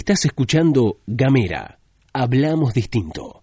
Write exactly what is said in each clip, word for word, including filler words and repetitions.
Estás escuchando Gamera. Hablamos distinto.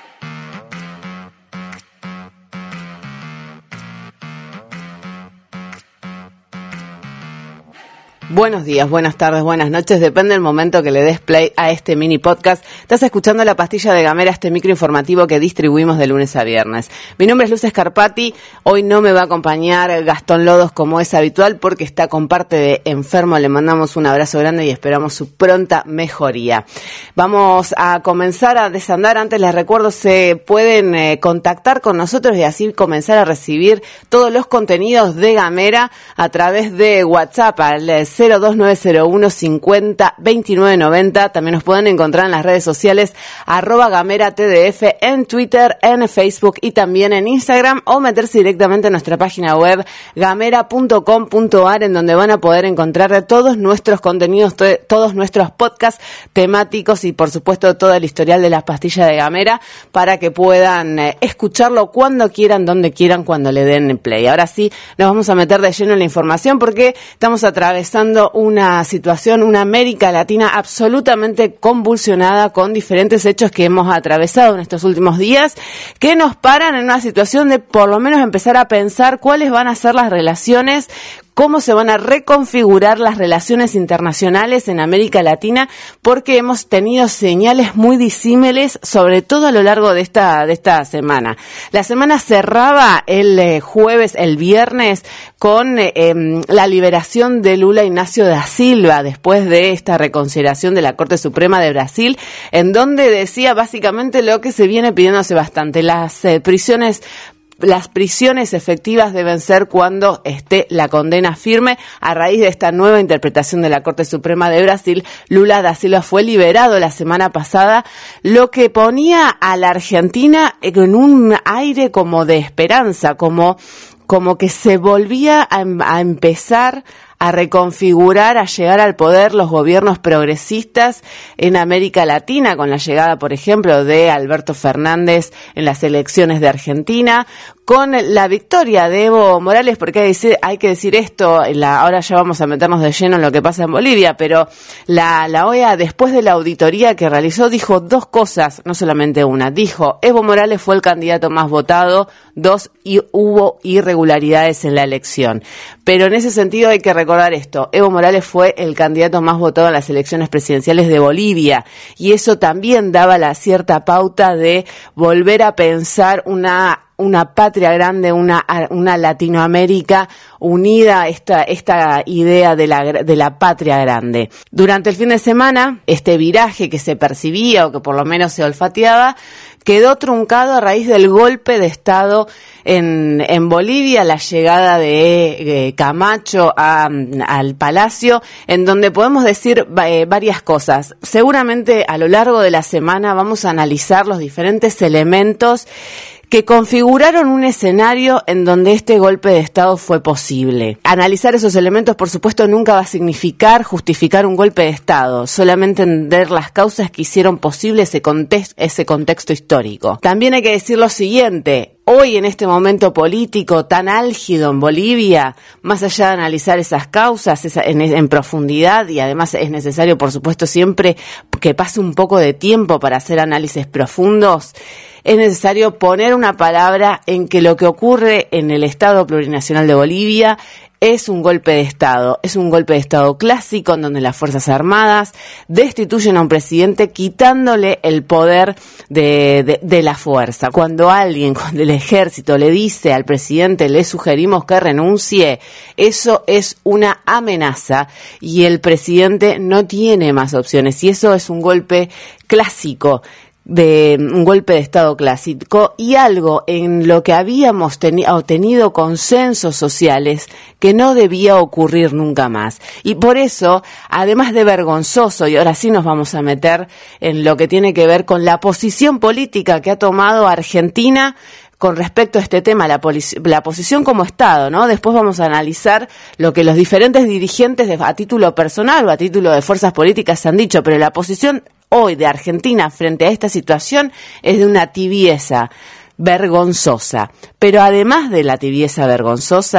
Buenos días, buenas tardes, buenas noches, depende del momento que le des play a este mini podcast. Estás escuchando La Pastilla de Gamera, este microinformativo que distribuimos de lunes a viernes. Mi nombre es Luz Scarpati, hoy no me va a acompañar Gastón Lodos como es habitual porque está con parte de enfermo. Le mandamos un abrazo grande y esperamos su pronta mejoría. Vamos a comenzar a desandar. Antes les recuerdo, se pueden eh, contactar con nosotros y así comenzar a recibir todos los contenidos de Gamera a través de WhatsApp al cero dos nueve cero uno cincuenta veintinueve noventa. También nos pueden encontrar en las redes sociales arroba Gamera T D F, en Twitter, en Facebook y también en Instagram, o meterse directamente en nuestra página web gamera punto com punto a r, en donde van a poder encontrar todos nuestros contenidos, to- todos nuestros podcasts temáticos y por supuesto todo el historial de las pastillas de Gamera para que puedan eh, escucharlo cuando quieran, donde quieran, cuando le den play. Ahora sí, nos vamos a meter de lleno en la información porque estamos atravesando una situación, una América Latina absolutamente convulsionada con diferentes hechos que hemos atravesado en estos últimos días que nos paran en una situación de por lo menos empezar a pensar cuáles van a ser las relaciones, cómo se van a reconfigurar las relaciones internacionales en América Latina, porque hemos tenido señales muy disímiles, sobre todo a lo largo de esta de esta semana. La semana cerraba el eh, jueves, el viernes, con eh, eh, la liberación de Lula Inácio da Silva, después de esta reconsideración de la Corte Suprema de Brasil, en donde decía básicamente lo que se viene pidiendo hace bastante: las eh, prisiones Las prisiones efectivas deben ser cuando esté la condena firme. A raíz de esta nueva interpretación de la Corte Suprema de Brasil, Lula da Silva fue liberado la semana pasada, lo que ponía a la Argentina en un aire como de esperanza, como, como que se volvía a, a empezar a reconfigurar, a llegar al poder los gobiernos progresistas en América Latina, con la llegada, por ejemplo, de Alberto Fernández en las elecciones de Argentina, con la victoria de Evo Morales, porque hay que decir, hay que decir esto, la, ahora ya vamos a meternos de lleno en lo que pasa en Bolivia, pero la, la O E A, después de la auditoría que realizó, dijo dos cosas, no solamente una. Dijo: Evo Morales fue el candidato más votado; dos, y hubo irregularidades en la elección. Pero en ese sentido hay que recordar esto: Evo Morales fue el candidato más votado en las elecciones presidenciales de Bolivia, y eso también daba la cierta pauta de volver a pensar una una patria grande, una una Latinoamérica unida, esta esta idea de la de la patria grande. Durante el fin de semana, este viraje que se percibía, o que por lo menos se olfateaba, quedó truncado a raíz del golpe de Estado en, en Bolivia, la llegada de eh, Camacho a, al Palacio, en donde podemos decir eh, varias cosas. Seguramente a lo largo de la semana vamos a analizar los diferentes elementos que configuraron un escenario en donde este golpe de Estado fue posible. Analizar esos elementos, por supuesto, nunca va a significar justificar un golpe de Estado, solamente entender las causas que hicieron posible ese contexto, ese contexto histórico. También hay que decir lo siguiente: hoy, en este momento político tan álgido en Bolivia, más allá de analizar esas causas esa, en, en profundidad, y además es necesario, por supuesto, siempre que pase un poco de tiempo para hacer análisis profundos, es necesario poner una palabra en que lo que ocurre en el Estado Plurinacional de Bolivia es un golpe de Estado, es un golpe de Estado clásico en donde las Fuerzas Armadas destituyen a un presidente quitándole el poder de, de, de la fuerza. Cuando alguien, cuando el ejército le dice al presidente: le sugerimos que renuncie, eso es una amenaza y el presidente no tiene más opciones, y eso es un golpe clásico, de un golpe de Estado clásico, y algo en lo que habíamos teni- tenido consensos sociales que no debía ocurrir nunca más. Y por eso, además de vergonzoso, y ahora sí nos vamos a meter en lo que tiene que ver con la posición política que ha tomado Argentina con respecto a este tema, la, polic- la posición como Estado, ¿no? Después vamos a analizar lo que los diferentes dirigentes de, a título personal o a título de fuerzas políticas han dicho, pero la posición hoy de Argentina frente a esta situación es de una tibieza vergonzosa. Pero además de la tibieza vergonzosa,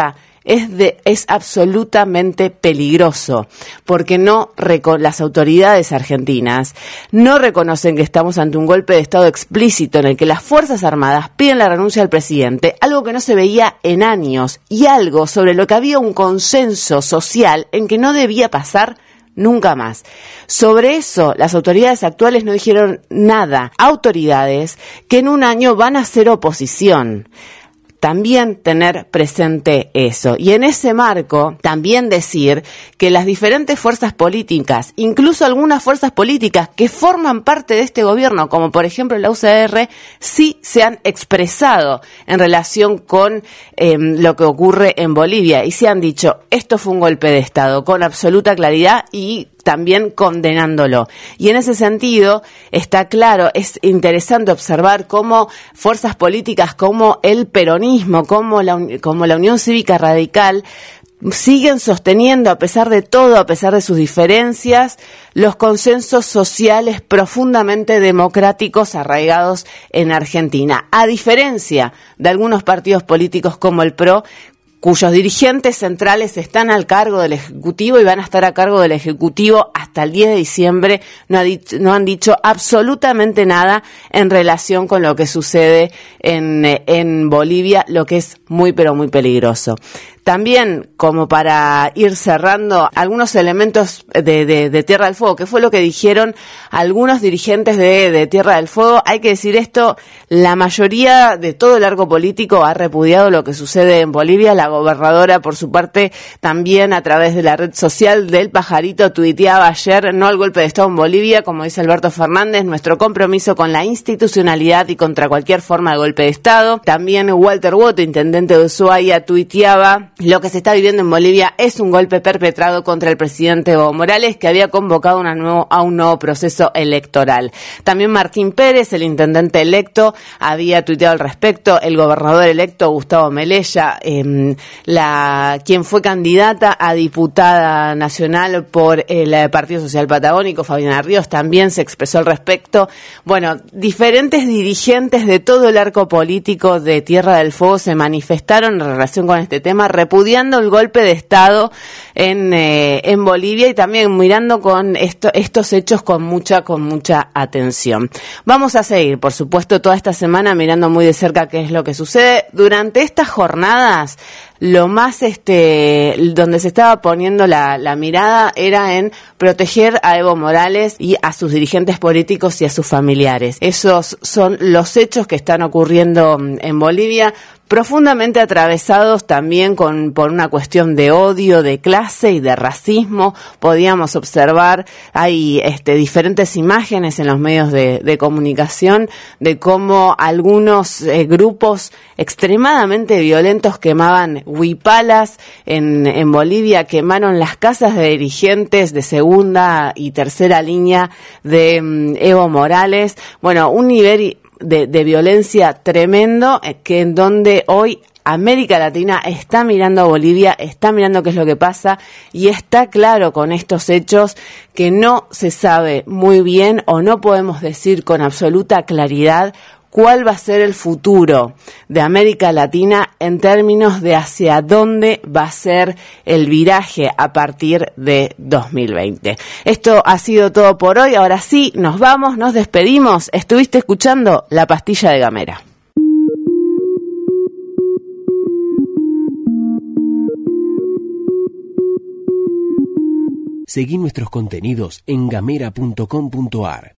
es de es absolutamente peligroso, porque no reco- las autoridades argentinas no reconocen que estamos ante un golpe de Estado explícito en el que las Fuerzas Armadas piden la renuncia del presidente, algo que no se veía en años y algo sobre lo que había un consenso social en que no debía pasar nunca más. Sobre eso, las autoridades actuales no dijeron nada. Autoridades que en un año van a hacer oposición. También tener presente eso. Y en ese marco, también decir que las diferentes fuerzas políticas, incluso algunas fuerzas políticas que forman parte de este gobierno, como por ejemplo la U C R, sí se han expresado en relación con eh, lo que ocurre en Bolivia y se han dicho, esto fue un golpe de Estado, con absoluta claridad y también condenándolo. Y en ese sentido, está claro, es interesante observar cómo fuerzas políticas como el peronismo, como la, como la Unión Cívica Radical, siguen sosteniendo, a pesar de todo, a pesar de sus diferencias, los consensos sociales profundamente democráticos arraigados en Argentina. A diferencia de algunos partidos políticos como el P R O, cuyos dirigentes centrales están al cargo del Ejecutivo y van a estar a cargo del Ejecutivo hasta el diez de diciembre, no, ha dicho, no han dicho absolutamente nada en relación con lo que sucede en, en Bolivia, lo que es muy pero muy peligroso. También, como para ir cerrando, algunos elementos de, de, de Tierra del Fuego, que fue lo que dijeron algunos dirigentes de, de Tierra del Fuego. Hay que decir esto, la mayoría de todo el arco político ha repudiado lo que sucede en Bolivia. La gobernadora, por su parte, también a través de la red social del Pajarito, tuiteaba ayer, no al golpe de Estado en Bolivia, como dice Alberto Fernández, nuestro compromiso con la institucionalidad y contra cualquier forma de golpe de Estado. También Walter Woto, intendente de Ushuaia, tuiteaba, lo que se está viviendo en Bolivia es un golpe perpetrado contra el presidente Evo Morales, que había convocado una nuevo, a un nuevo proceso electoral. También Martín Pérez, el intendente electo, había tuiteado al respecto. El gobernador electo, Gustavo Melella, eh, la quien fue candidata a diputada nacional por el Partido Social Patagónico, Fabiana Ríos, también se expresó al respecto. Bueno, diferentes dirigentes de todo el arco político de Tierra del Fuego se manifestaron en relación con este tema, repudiando el golpe de Estado en eh, en Bolivia y también mirando con esto, estos hechos con mucha con mucha atención. Vamos a seguir, por supuesto, toda esta semana mirando muy de cerca qué es lo que sucede. Durante estas jornadas, lo más este donde se estaba poniendo la, la mirada era en proteger a Evo Morales y a sus dirigentes políticos y a sus familiares. Esos son los hechos que están ocurriendo en Bolivia, profundamente atravesados también con por una cuestión de odio, de clase y de racismo. Podíamos observar, hay este, diferentes imágenes en los medios de, de comunicación de cómo algunos eh, grupos extremadamente violentos quemaban huipalas en, en Bolivia, quemaron las casas de dirigentes de segunda y tercera línea de um, Evo Morales. Bueno, un nivel de, de violencia tremendo eh, que en donde hoy América Latina está mirando a Bolivia, está mirando qué es lo que pasa y está claro con estos hechos que no se sabe muy bien o no podemos decir con absoluta claridad cuál va a ser el futuro de América Latina en términos de hacia dónde va a ser el viraje a partir de dos mil veinte. Esto ha sido todo por hoy. Ahora sí, nos vamos, nos despedimos. Estuviste escuchando La Pastilla de Gamera. Seguí nuestros contenidos en gamera punto com punto ar.